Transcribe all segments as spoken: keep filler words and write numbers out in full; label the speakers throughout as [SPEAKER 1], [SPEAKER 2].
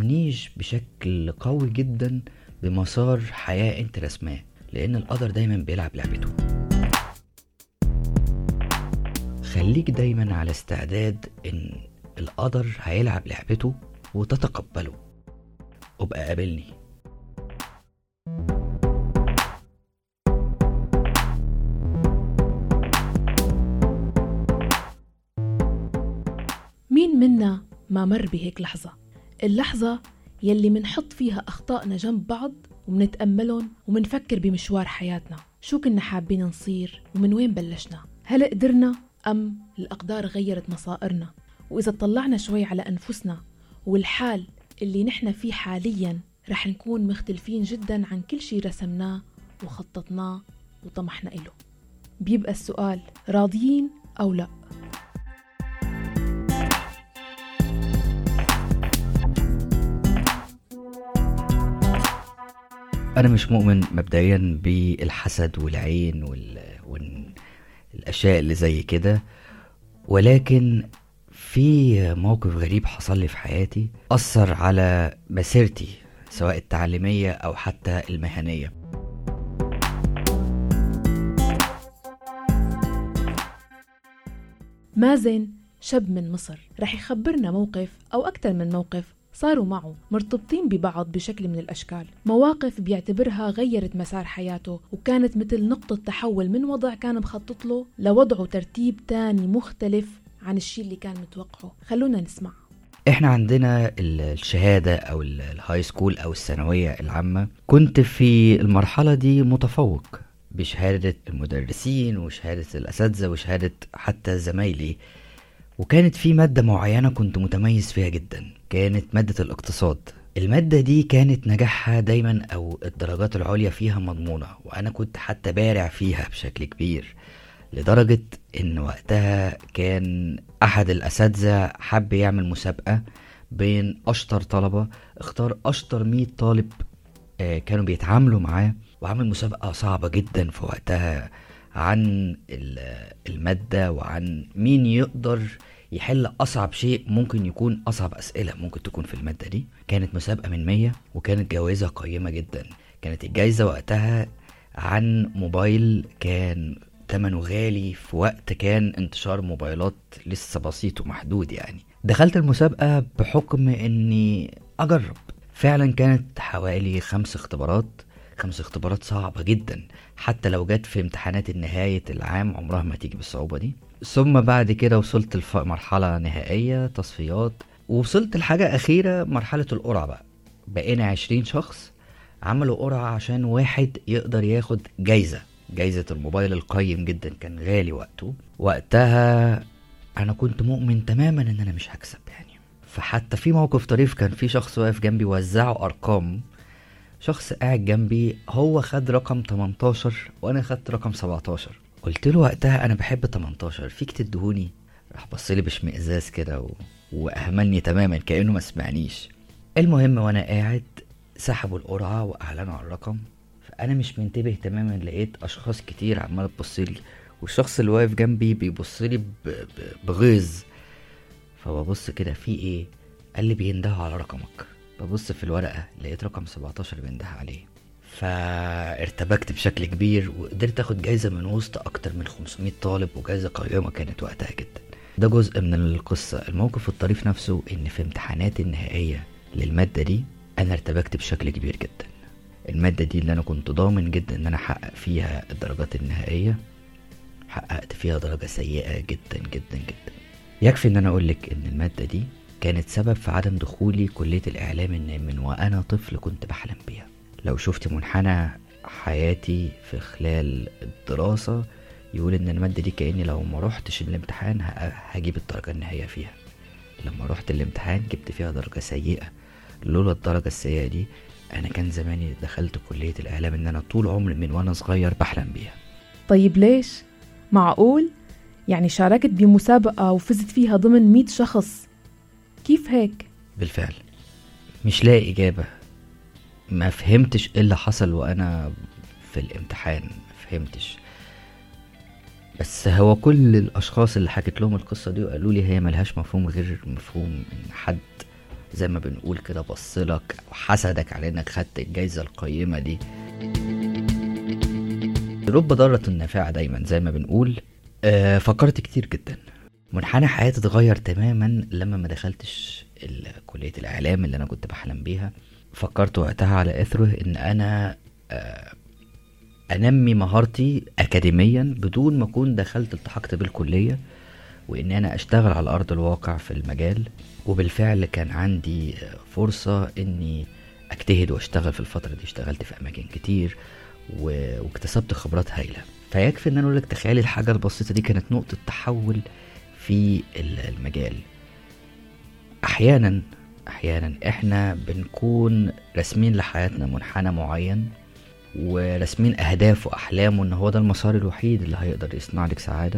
[SPEAKER 1] تربطهنيش بشكل قوي جدا بمسار حياة انت رسماه، لان القدر دايما بيلعب لعبته. خليك دايما على استعداد ان القدر هيلعب لعبته وتتقبله، وابقى قابلني.
[SPEAKER 2] مين منا ما مر بهيك لحظة؟ اللحظة يلي منحط فيها أخطائنا جنب بعض ومنتأملهم ومنفكر بمشوار حياتنا، شو كنا حابين نصير ومن وين بلشنا؟ هل قدرنا أم الأقدار غيرت مصائرنا؟ وإذا طلعنا شوي على أنفسنا والحال اللي نحن فيه حاليا، رح نكون مختلفين جدا عن كل شي رسمناه وخططناه وطمحنا إله. بيبقى السؤال راضيين أو لا؟
[SPEAKER 1] أنا مش مؤمن مبدئيا بالحسد والعين والأشياء اللي زي كده، ولكن في موقف غريب حصل لي في حياتي أثر على مسيرتي سواء التعليمية أو حتى المهنية.
[SPEAKER 2] مازن شاب من مصر رح يخبرنا موقف أو أكثر من موقف صاروا معه مرتبطين ببعض بشكل من الأشكال، مواقف بيعتبرها غيرت مسار حياته وكانت مثل نقطة تحول من وضع كان مخطط له لوضعه ترتيب تاني مختلف عن الشيء اللي كان متوقعه. خلونا نسمع.
[SPEAKER 1] احنا عندنا الشهادة او الهاي سكول او الثانوية العامة، كنت في المرحلة دي متفوق بشهادة المدرسين وشهادة الأساتذة وشهادة حتى زمايلي، وكانت في مادة معينة كنت متميز فيها جدا، كانت مادة الاقتصاد. المادة دي كانت نجاحها دايما او الدرجات العليا فيها مضمونة، وانا كنت حتى بارع فيها بشكل كبير، لدرجة ان وقتها كان احد الاساتذة حب يعمل مسابقة بين اشطر طلبة، اختار اشطر مية طالب آه كانوا بيتعاملوا معاه، وعمل مسابقة صعبة جدا في وقتها عن المادة وعن مين يقدر يحل أصعب شيء ممكن يكون أصعب أسئلة ممكن تكون في المادة دي. كانت مسابقة من مية وكانت جوائزة قيمة جدا. كانت الجائزة وقتها عن موبايل كان ثمنه غالي في وقت كان انتشار موبايلات لسه بسيط ومحدود يعني. دخلت المسابقة بحكم اني اجرب. فعلا كانت حوالي خمس اختبارات خمس اختبارات صعبة جدا، حتى لو جت في امتحانات النهاية العام عمرها ما تيجي بالصعوبة دي. ثم بعد كده وصلت لمرحلة نهائية تصفيات، ووصلت لحاجة أخيرة مرحلة القرعة بقى. بقينا عشرين شخص عملوا قرعة عشان واحد يقدر ياخد جايزة جايزة الموبايل القيم جدا، كان غالي وقته. وقتها أنا كنت مؤمن تماما إن أنا مش هكسب يعني. فحتى في موقف طريف، كان في شخص واقف جنبي وزعوا أرقام، شخص قاعد جنبي هو خد رقم تمنتاشر وانا خدت رقم سبعتاشر. قلت له وقتها انا بحب تمنتاشر، فيك تدهوني؟ راح بصلي باشمئزاز كده و... واهملني تماما كأنه ما سمعنيش. المهم وانا قاعد سحبوا القرعة واعلنوا على الرقم، فانا مش منتبه تماما، لقيت اشخاص كتير عماله تبصلي، والشخص اللي واقف جنبي بيبصلي ب... ب... بغيظ. فببص كده في ايه؟ قال لي بيندهوا على رقمك. ببص في الورقة لقيت رقم سبعتاشر بينده عليه، فارتبكت بشكل كبير وقدرت اخد جايزة من وسط اكتر من خمسمية طالب، وجايزة قيمة كانت وقتها جدا. ده جزء من القصة. الموقف الطريف نفسه ان في امتحانات النهائية للمادة دي انا ارتبكت بشكل كبير جدا. المادة دي اللي انا كنت ضامن جدا ان انا احقق فيها الدرجات النهائية، حققت فيها درجة سيئة جدا جدا جدا. يكفي ان انا اقولك ان المادة دي كانت سبب في عدم دخولي كلية الإعلام، إن من وأنا طفل كنت بحلم بيها. لو شفت منحنى حياتي في خلال الدراسة يقول إن المادة دي كأني لو ما روحتش الامتحان هجيب الدرجة النهائية فيها. لما روحت الامتحان جبت فيها درجة سيئة. لولا الدرجة السيئة دي أنا كان زماني دخلت كلية الإعلام، إن أنا طول عمري من وأنا صغير بحلم بيها.
[SPEAKER 2] طيب ليش؟ معقول؟ يعني شاركت بمسابقة وفزت فيها ضمن مئة شخص، كيف هيك؟
[SPEAKER 1] بالفعل مش لاقي إجابة. ما فهمتش إيه اللي حصل وأنا في الامتحان، ما فهمتش. بس هو كل الأشخاص اللي حكيت لهم القصة دي وقالوا لي هي ملهاش مفهوم غير مفهوم إن حد زي ما بنقول كده بصلك وحسدك على انك خدت الجايزة القيمة دي. رب ضارة نافعة دايما زي ما بنقول. آه فكرت كتير جدا، منحنى حياتي اتغير تماما لما ما دخلتش كلية الاعلام اللي انا كنت بحلم بيها. فكرت وقتها على اثره ان انا آه انمي مهارتي اكاديميا بدون ما اكون دخلت التحقت بالكلية، وان انا اشتغل على ارض الواقع في المجال. وبالفعل كان عندي فرصة اني اجتهد واشتغل في الفترة دي. اشتغلت في اماكن كتير و- واكتسبت خبرات هايلة. فيكفي ان انا اقول لك تخيلي الحاجة البسيطة دي كانت نقطة تحول في ال- المجال. احيانا احيانا احنا بنكون رسمين لحياتنا منحنى معين، ورسمين اهداف واحلام وان هو ده المسار الوحيد اللي هيقدر يصنع لك سعادة.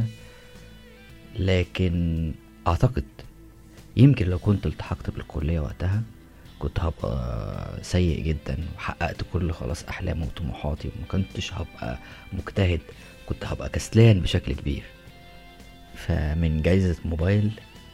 [SPEAKER 1] لكن اعتقد يمكن لو كنت التحقت بالكلية وقتها كنت هبقى سيء جدا وحققت كل خلاص احلامي وطموحاتي، وما كنتش هبقى مجتهد، كنت هبقى كسلان بشكل كبير. فمن جايزة موبايل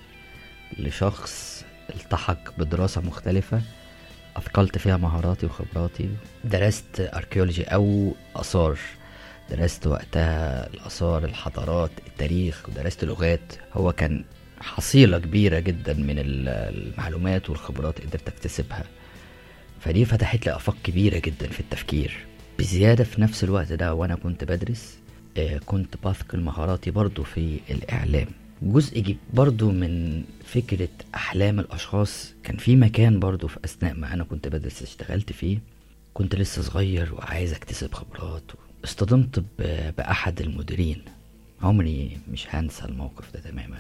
[SPEAKER 1] لشخص التحق بدراسة مختلفة اثقلت فيها مهاراتي وخبراتي. درست اركيولوجي او اثار، درست وقتها الاثار، الحضارات، التاريخ، ودرست لغات. هو كان حصيلة كبيرة جدا من المعلومات والخبرات قدرت اكتسبها. فدي فتحت لي افاق كبيرة جدا في التفكير. بزيادة في نفس الوقت ده وانا كنت بدرس آه كنت بثقل مهاراتي برضو في الاعلام. جزء برضو من فكرة احلام الاشخاص كان في مكان برضو في اثناء ما انا كنت بدرس اشتغلت فيه. كنت لسه صغير وعايز اكتسب خبرات. اصطدمت ب- باحد المديرين، عمري مش هنسى الموقف ده تماما.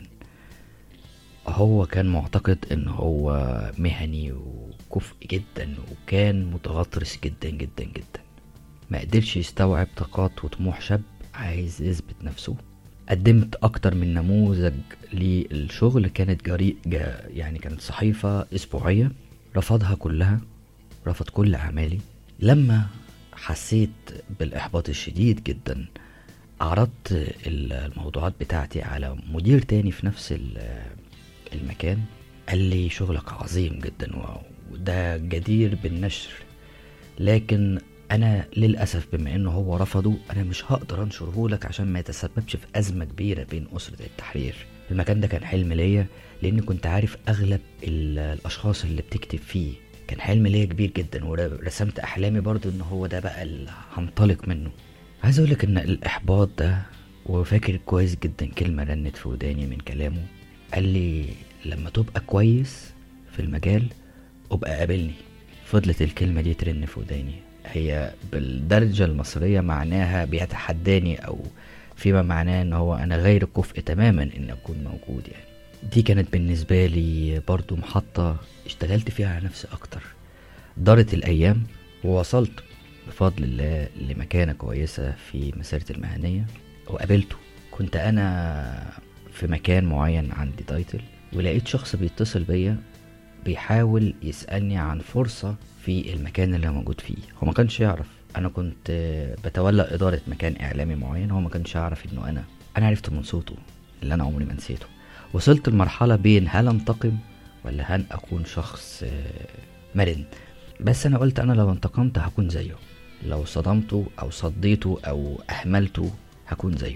[SPEAKER 1] هو كان معتقد ان هو مهني وكفء جدا، وكان متغطرس جدا جدا جدا. ما قدرش يستوعب طاقات وطموح شاب عايز يثبت نفسه. قدمت اكتر من نموذج للشغل، كانت جريء جا يعني كانت صحيفة اسبوعية، رفضها كلها، رفض كل اعمالي. لما حسيت بالاحباط الشديد جدا عرضت الموضوعات بتاعتي على مدير تاني في نفس المكان. قال لي شغلك عظيم جدا وده جدير بالنشر، لكن انا للاسف بما انه هو رفضه انا مش هقدر انشره لك عشان ما يتسببش في ازمة كبيرة بين اسرة التحرير. المكان ده كان حلم ليا لاني كنت عارف اغلب الاشخاص اللي بتكتب فيه. كان حلم ليا كبير جدا ورسمت احلامي برضو ان هو ده بقى اللي هنطلق منه. عايز اقولك ان الاحباط ده، وفاكر كويس جدا كلمة رنت في وداني من كلامه. قال لي لما تبقى كويس في المجال ابقى قابلني. فضلت الكلمة دي ترن في وداني. هي بالدرجة المصرية معناها بيتحداني او فيما معناه ان هو انا غير كفء تماما ان اكون موجود. يعني دي كانت بالنسبة لي برضو محطة اشتغلت فيها على نفسي اكتر. دارت الايام ووصلت بفضل الله لمكانة كويسة في مسيرتي المهنية وقابلته. كنت انا في مكان معين عندي تايتل، ولقيت شخص بيتصل بيا بيحاول يسألني عن فرصة في المكان اللي انا موجود فيه. هو ما كانش يعرف انا كنت بتولى ادارة مكان اعلامي معين. هو ما كانش يعرف انه انا انا عرفت من صوته اللي انا عمري ما نسيته. وصلت المرحلة بين هل انتقم ولا هل اكون شخص مرن. بس انا قلت انا لو انتقمت هكون زيه، لو صدمته او صديته او اهملته هكون زيه.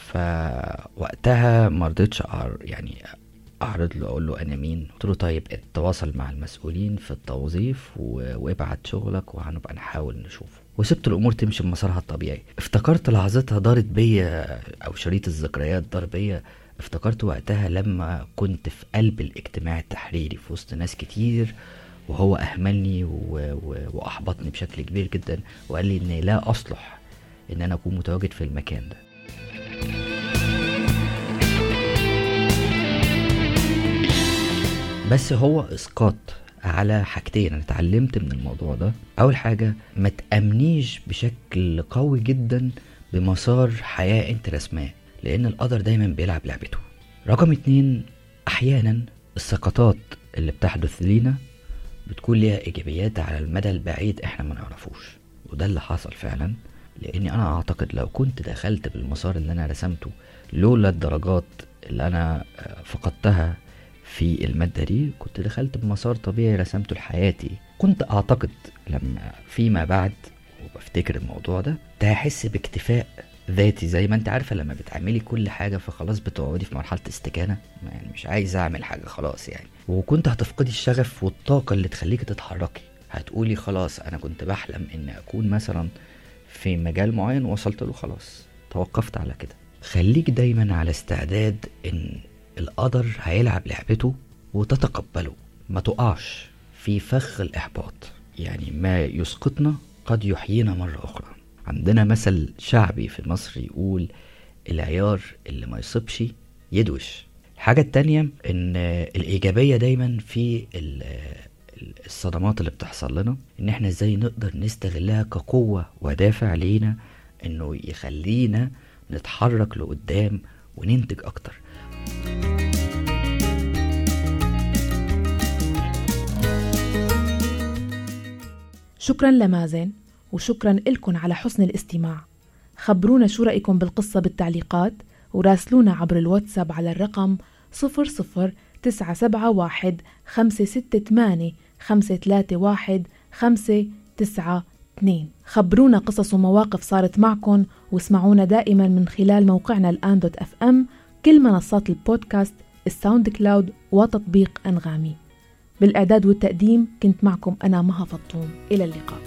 [SPEAKER 1] فوقتها مرضتش يعني اعرض له اقول له انا مين. قلت له طيب اتواصل مع المسؤولين في التوظيف وابعت شغلك وهنبقى نحاول نشوفه. وسبت الامور تمشي بمسارها الطبيعي. افتكرت لحظتها دارت بيا او شريط الذكريات دار بيا. افتكرت وقتها لما كنت في قلب الاجتماع التحريري في وسط ناس كتير، وهو اهملني و... و... واحبطني بشكل كبير جدا، وقال لي اني لا اصلح ان انا اكون متواجد في المكان ده. بس هو اسقاط على حاجتين انا اتعلمت من الموضوع ده. اول حاجة ما تأمنيش بشكل قوي جدا بمسار حياة انت رسماه، لان القدر دايما بيلعب لعبته. رقم اتنين، احيانا السقطات اللي بتحدث لينا بتكون ليها ايجابيات على المدى البعيد احنا ما نعرفوش. وده اللي حصل فعلا، لاني انا اعتقد لو كنت دخلت بالمسار اللي انا رسمته لولا الدرجات اللي انا فقدتها في المادة دي كنت دخلت بمسار طبيعي رسمته لحياتي. كنت اعتقد لما فيما بعد وبفتكر الموضوع ده ده هحس باكتفاء ذاتي، زي ما انت عارفة لما بتعملي كل حاجة فخلاص بتقعدي في مرحلة استكانة، يعني مش عايز اعمل حاجة خلاص يعني. وكنت هتفقدي الشغف والطاقة اللي تخليك تتحركي، هتقولي خلاص انا كنت بحلم ان اكون مثلا في مجال معين وصلت له، خلاص توقفت على كده. خليك دايما على استعداد ان القدر هيلعب لعبته وتتقبله، ما تقعش في فخ الاحباط. يعني ما يسقطنا قد يحيينا مرة اخرى. عندنا مثل شعبي في مصر يقول العيار اللي ما يصيبش يدوش. الحاجة التانية ان الايجابية دايما في الصدمات اللي بتحصل لنا، ان احنا ازاي نقدر نستغلها كقوة ودافع لينا انه يخلينا نتحرك لقدام وننتج اكتر.
[SPEAKER 2] شكرا لمازن، وشكرا لكم على حسن الاستماع. خبرونا شو رأيكم بالقصة بالتعليقات، وراسلونا عبر الواتساب على الرقم صفر صفر تسعة سبعة واحد خمسة ستة ثمانية خمسة ثلاثة واحد خمسة تسعة اثنين. خبرونا قصص ومواقف صارت معكم، واسمعونا دائما من خلال موقعنا الآن دوت اف ام، كل منصات البودكاست، الساوند كلاود وتطبيق أنغامي. بالإعداد والتقديم كنت معكم أنا مها فطوم. إلى اللقاء.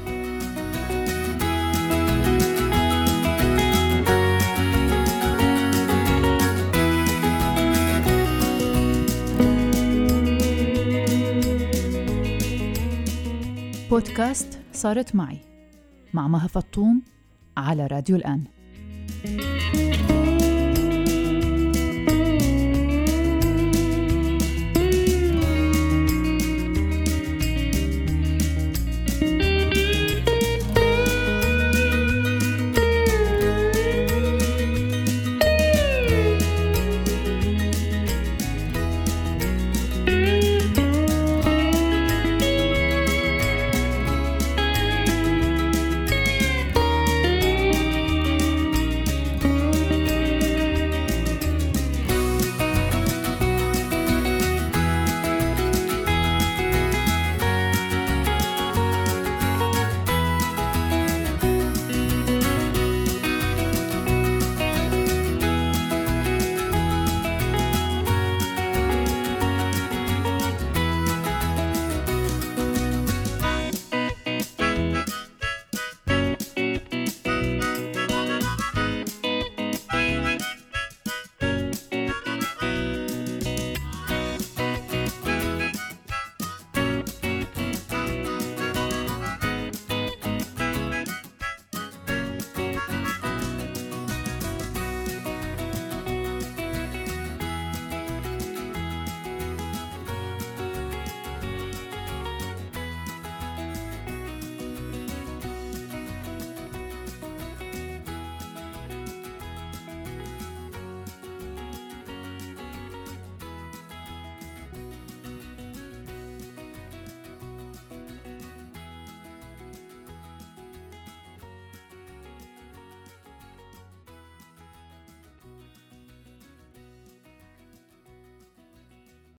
[SPEAKER 3] بودكاست صارت معي مع مها فطوم على راديو الآن.